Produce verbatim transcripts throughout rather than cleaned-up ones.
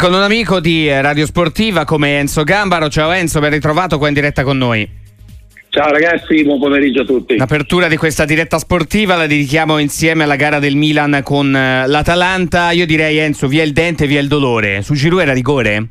con un amico di Radio Sportiva come Enzo Gambaro. Ciao Enzo, ben ritrovato qua in diretta con noi. Ciao ragazzi, buon pomeriggio a tutti. L'apertura di questa diretta sportiva la dedichiamo insieme alla gara del Milan con l'Atalanta. Io direi, Enzo, via il dente, via il dolore. Su Giroud era rigore?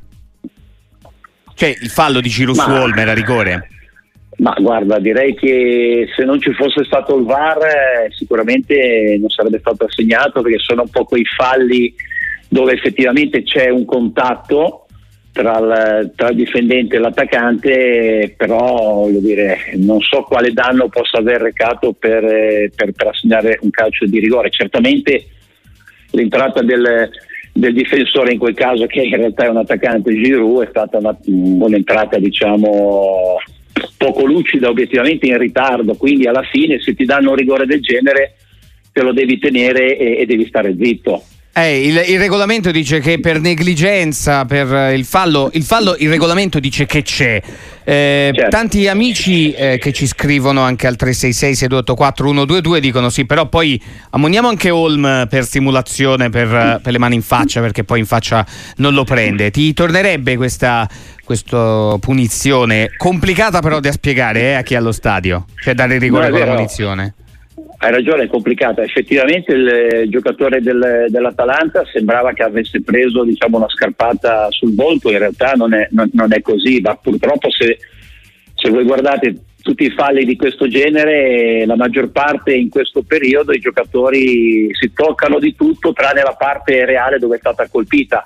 Cioè il fallo di Giroud ma, su Olmo era rigore? Ma guarda, direi che se non ci fosse stato il V A R eh, sicuramente non sarebbe stato assegnato, perché sono un po' quei falli dove effettivamente c'è un contatto tra il, tra il difendente e l'attaccante, però voglio dire, non so quale danno possa aver recato per, per, per assegnare un calcio di rigore. Certamente l'entrata del, del difensore in quel caso, che in realtà è un attaccante, Giroud, è stata una, un'entrata diciamo poco lucida, obiettivamente in ritardo, quindi alla fine se ti danno un rigore del genere te lo devi tenere e, e devi stare zitto. Eh, il, il regolamento dice che per negligenza, per il fallo, il fallo, il regolamento dice che c'è. Eh, certo. Tanti amici eh, che ci scrivono anche al tre sei sei sei due otto quattro uno due due dicono sì, però poi ammoniamo anche Olm per stimolazione, per, per le mani in faccia, perché poi in faccia non lo prende. Ti tornerebbe questa, questa punizione complicata però da spiegare eh, a chi è allo stadio, cioè dare il rigore con la punizione? Hai ragione, è complicata. Effettivamente il giocatore del, dell'Atalanta sembrava che avesse preso diciamo una scarpata sul volto, in realtà non è, non, non è così, ma purtroppo se, se voi guardate tutti i falli di questo genere, la maggior parte in questo periodo i giocatori si toccano di tutto tranne la parte reale dove è stata colpita.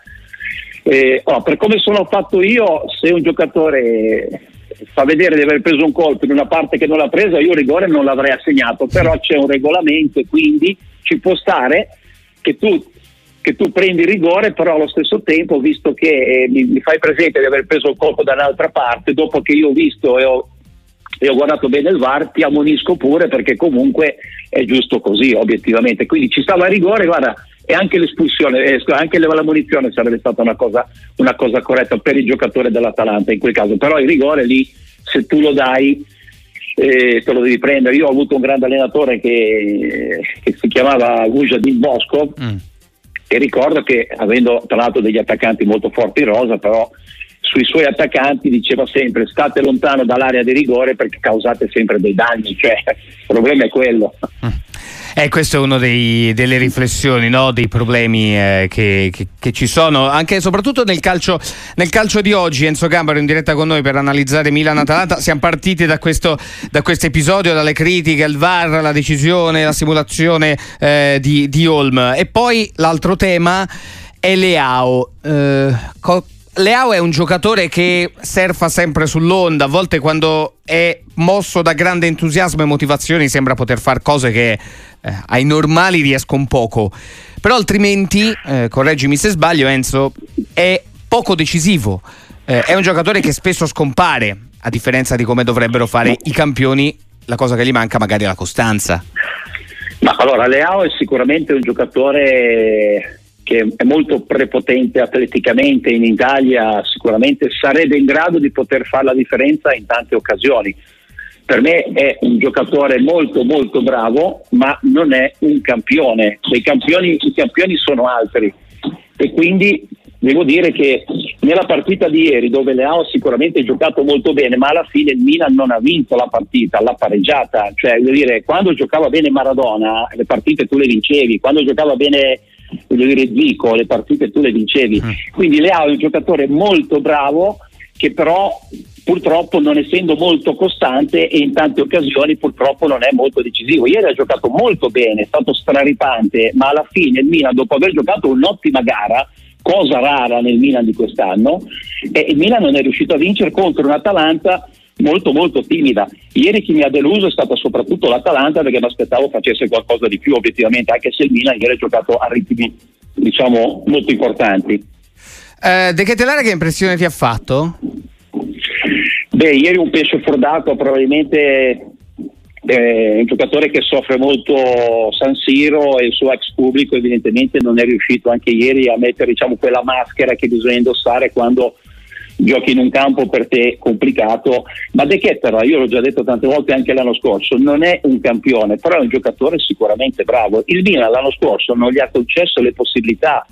Eh, oh, per come sono fatto io, se un giocatore fa vedere di aver preso un colpo in una parte che non l'ha presa, io rigore non l'avrei assegnato, però c'è un regolamento e quindi ci può stare che tu, che tu prendi rigore, però allo stesso tempo, visto che eh, mi, mi fai presente di aver preso il colpo da un'altra parte, dopo che io ho visto e ho, e ho guardato bene il V A R, ti ammonisco pure, perché comunque è giusto così obiettivamente, quindi ci stava rigore, guarda. E anche l'espulsione, eh, anche la munizione sarebbe stata una cosa, una cosa corretta per il giocatore dell'Atalanta in quel caso, però il rigore lì, se tu lo dai, eh, te lo devi prendere. Io ho avuto un grande allenatore che, che si chiamava Vujadin Bosco, mm. e ricordo che, avendo tra l'altro degli attaccanti molto forti in rosa, però sui suoi attaccanti diceva sempre: state lontano dall'area di rigore perché causate sempre dei danni, cioè il problema è quello. Mm. Eh, questo è uno dei, delle riflessioni, no? Dei problemi eh, che, che, che ci sono anche e soprattutto nel calcio, nel calcio di oggi. Enzo Gambaro in diretta con noi per analizzare Milan-Atalanta. Siamo partiti da questo da questo episodio, dalle critiche al V A R, la decisione, la simulazione eh, di, di Olm, e poi l'altro tema è Leao. Eh, co- Leao è un giocatore che surfa sempre sull'onda, a volte quando è mosso da grande entusiasmo e motivazioni sembra poter fare cose che eh, ai normali riescono poco, però altrimenti, eh, correggimi se sbaglio Enzo, è poco decisivo, eh, è un giocatore che spesso scompare, a differenza di come dovrebbero fare i campioni. La cosa che gli manca magari è la costanza. Ma allora, Leao è sicuramente un giocatore che è molto prepotente atleticamente in Italia, sicuramente sarebbe in grado di poter fare la differenza in tante occasioni. Per me è un giocatore molto molto bravo, ma non è un campione. I campioni, i campioni sono altri, e quindi devo dire che nella partita di ieri, dove Leao sicuramente ha giocato molto bene, ma alla fine il Milan non ha vinto la partita, l'ha pareggiata. Cioè, voglio dire, quando giocava bene Maradona, le partite tu le vincevi, quando giocava bene, voglio dire, Zico, le partite tu le vincevi. Quindi Leao è un giocatore molto bravo, che però purtroppo, non essendo molto costante, e in tante occasioni purtroppo non è molto decisivo. Ieri ha giocato molto bene, è stato straripante, ma alla fine il Milan, dopo aver giocato un'ottima gara, cosa rara nel Milan di quest'anno, e il Milan non è riuscito a vincere contro un'Atalanta molto molto timida. Ieri chi mi ha deluso è stata soprattutto l'Atalanta, perché mi aspettavo facesse qualcosa di più obiettivamente, anche se il Milan ieri ha giocato a ritmi diciamo molto importanti. eh, De Ketelaere, che impressione ti ha fatto? Beh, ieri un pesce fuor d'acqua, probabilmente eh, un giocatore che soffre molto San Siro, e il suo ex pubblico evidentemente non è riuscito anche ieri a mettere diciamo quella maschera che bisogna indossare quando giochi in un campo per te complicato. Ma De Ketelaere, io l'ho già detto tante volte anche l'anno scorso, non è un campione, però è un giocatore sicuramente bravo. Il Milan l'anno scorso non gli ha concesso le possibilità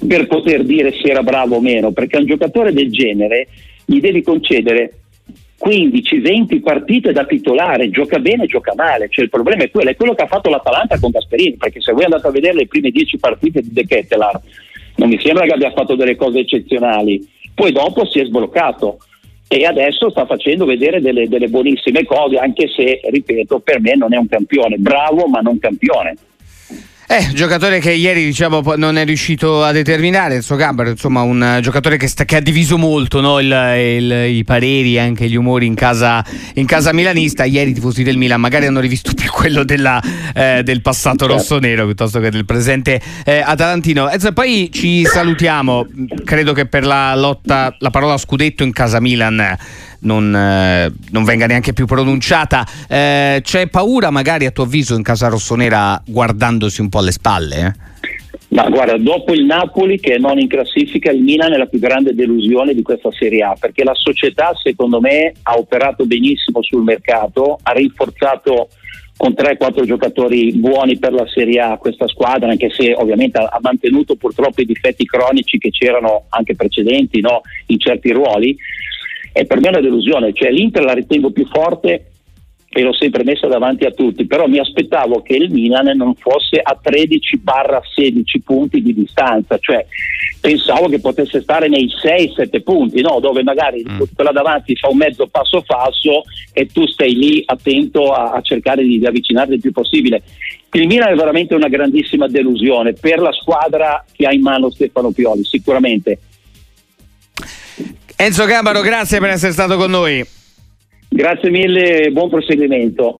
per poter dire se era bravo o meno, perché a un giocatore del genere gli devi concedere quindici venti partite da titolare, gioca bene, gioca male, cioè il problema è quello, è quello che ha fatto l'Atalanta con Gasperini, perché se voi andate a vedere le prime dieci partite di De Ketelaere, non mi sembra che abbia fatto delle cose eccezionali, poi dopo si è sbloccato e adesso sta facendo vedere delle, delle buonissime cose, anche se, ripeto, per me non è un campione, bravo ma non campione. Eh, giocatore che ieri diciamo non è riuscito a determinare il suo Gambaro, insomma un giocatore che, sta, che ha diviso molto, no? il, il, i pareri, anche gli umori in casa, in casa milanista. Ieri i tifosi del Milan magari hanno rivisto più quello della, eh, del passato rossonero piuttosto che del presente eh, atalantino. E poi ci salutiamo, credo che per la lotta, la parola scudetto in casa Milan non, eh, non venga neanche più pronunciata. Eh, c'è paura magari a tuo avviso in casa rossonera guardandosi un po' alle spalle? Eh? Ma guarda, dopo il Napoli che è non in classifica, il Milan è la più grande delusione di questa Serie A, perché la società secondo me ha operato benissimo sul mercato, ha rinforzato con tre quattro giocatori buoni per la Serie A questa squadra, anche se ovviamente ha mantenuto purtroppo i difetti cronici che c'erano anche precedenti, no? In certi ruoli. E per me è una delusione, cioè l'Inter la ritengo più forte e l'ho sempre messa davanti a tutti, però mi aspettavo che il Milan non fosse a tredici sedici punti di distanza, cioè pensavo che potesse stare nei sei sette punti, no? Dove magari mm. quella davanti fa un mezzo passo falso e tu stai lì attento a, a cercare di, di avvicinarti il più possibile. Il Milan è veramente una grandissima delusione per la squadra che ha in mano Stefano Pioli, sicuramente. Enzo Gambaro, grazie per essere stato con noi. Grazie mille, buon proseguimento.